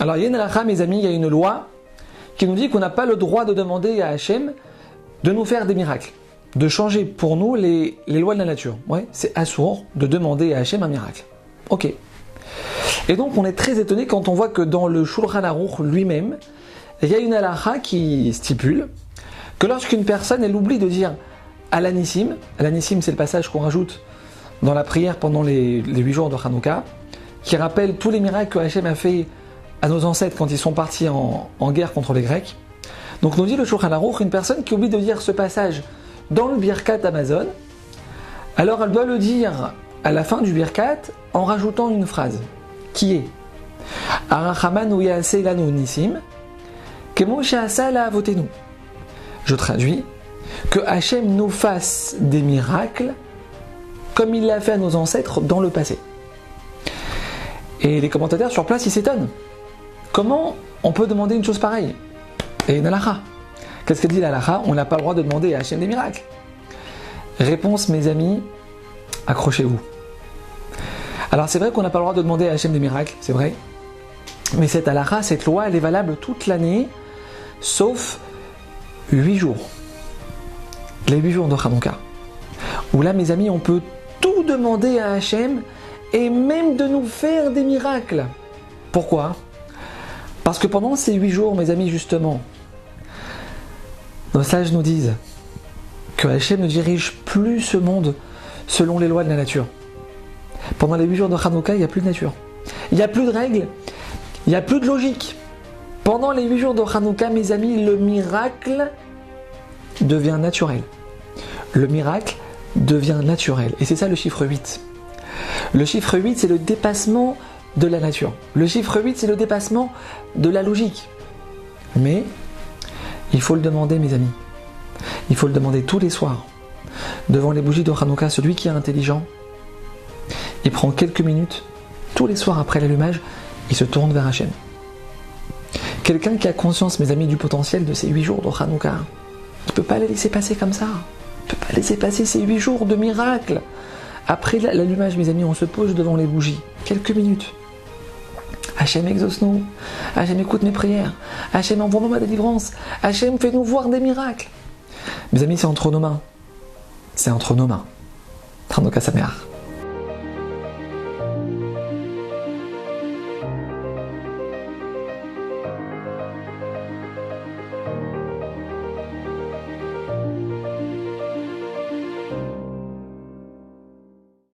Alors il y a une halakha, mes amis, il y a une loi qui nous dit qu'on n'a pas le droit de demander à Hachem de nous faire des miracles, de changer pour nous les lois de la nature. Ouais, c'est assourd de demander à Hachem un miracle. Ok. Et donc on est très étonné quand on voit que dans le Shulchan Aruch lui-même, il y a une halakha qui stipule que lorsqu'une personne elle oublie de dire Alanissim c'est le passage qu'on rajoute dans la prière pendant les 8 jours de Hanouka, qui rappelle tous les miracles que Hachem a fait à nos ancêtres quand ils sont partis en guerre contre les Grecs. Donc nous dit le Shulchan Aruch, une personne qui oublie de dire ce passage dans le Birkat Amazon, alors elle doit le dire à la fin du Birkat en rajoutant une phrase qui est Arachamanu ya'aseh lanu nissim kemo she'asa la'avotenu. Je traduis que Hachem nous fasse des miracles comme il l'a fait à nos ancêtres dans le passé. Et les commentateurs sur place ils s'étonnent. Comment on peut demander une chose pareille? Et une halakha. Qu'est-ce que dit la halakha? On n'a pas le droit de demander à Hachem des miracles. Réponse, mes amis, accrochez-vous. Alors c'est vrai qu'on n'a pas le droit de demander à Hachem des miracles, c'est vrai. Mais cette halakha, cette loi, elle est valable toute l'année, sauf 8 jours. Les 8 jours de Hanouka. Où là, mes amis, on peut tout demander à Hachem et même de nous faire des miracles. Pourquoi? Parce que pendant ces 8 jours, mes amis, justement, nos sages nous disent que Hachem ne dirige plus ce monde selon les lois de la nature. Pendant les 8 jours de Hanouka, il n'y a plus de nature. Il n'y a plus de règles, il n'y a plus de logique. Pendant les 8 jours de Hanouka, mes amis, le miracle devient naturel. Le miracle devient naturel. Et c'est ça le chiffre 8. Le chiffre 8, c'est le dépassement de la nature. Le chiffre 8, c'est le dépassement de la logique. Mais il faut le demander, mes amis. Il faut le demander tous les soirs. Devant les bougies de Hanouka, celui qui est intelligent, il prend quelques minutes, tous les soirs après l'allumage, il se tourne vers Hachem. Quelqu'un qui a conscience, mes amis, du potentiel de ces 8 jours de Hanouka, il ne peut pas les laisser passer comme ça. Il ne peut pas laisser passer ces 8 jours de miracle. Après l'allumage, mes amis, on se pose devant les bougies, quelques minutes. Hachem, exauce-nous. Hachem, écoute mes prières. Hachem, envoie-moi ma délivrance. Hachem, fais-nous voir des miracles. Mes amis, c'est entre nos mains. C'est entre nos mains. Hanouka Sameach.